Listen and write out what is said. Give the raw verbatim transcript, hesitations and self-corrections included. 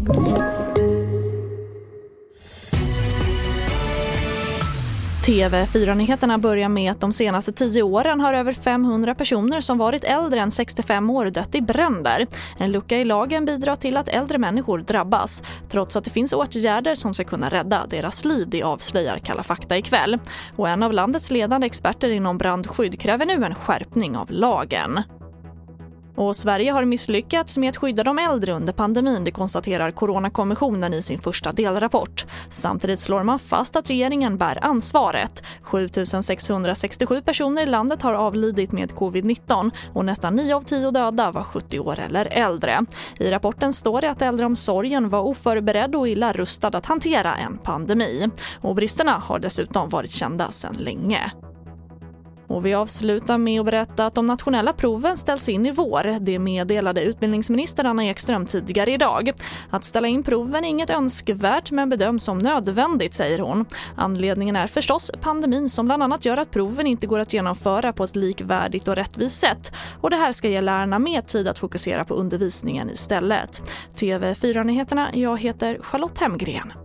T V fyra-nyheterna börjar med att de senaste tio åren har över femhundra personer som varit äldre än sextiofem år dött i bränder. En lucka i lagen bidrar till att äldre människor drabbas, trots att det finns åtgärder som ska kunna rädda deras liv, det avslöjar Kalla fakta ikväll. Och en av landets ledande experter inom brandskydd kräver nu en skärpning av lagen. Och Sverige har misslyckats med att skydda de äldre under pandemin, det konstaterar Coronakommissionen i sin första delrapport. Samtidigt slår man fast att regeringen bär ansvaret. sju tusen sexhundrasextiosju personer i landet har avlidit med covid nitton och nästan nio av tio döda var sjuttio år eller äldre. I rapporten står det att äldreomsorgen var oförberedd och illa rustad att hantera en pandemi. Och bristerna har dessutom varit kända sedan länge. Och vi avslutar med att berätta att de nationella proven ställs in i vår. Det meddelade utbildningsminister Anna Ekström tidigare idag. Att ställa in proven är inget önskvärt men bedöms som nödvändigt, säger hon. Anledningen är förstås pandemin som bland annat gör att proven inte går att genomföra på ett likvärdigt och rättvist sätt. Och det här ska ge lärarna mer tid att fokusera på undervisningen istället. T V fyra-nyheterna, jag heter Charlotte Hemgren.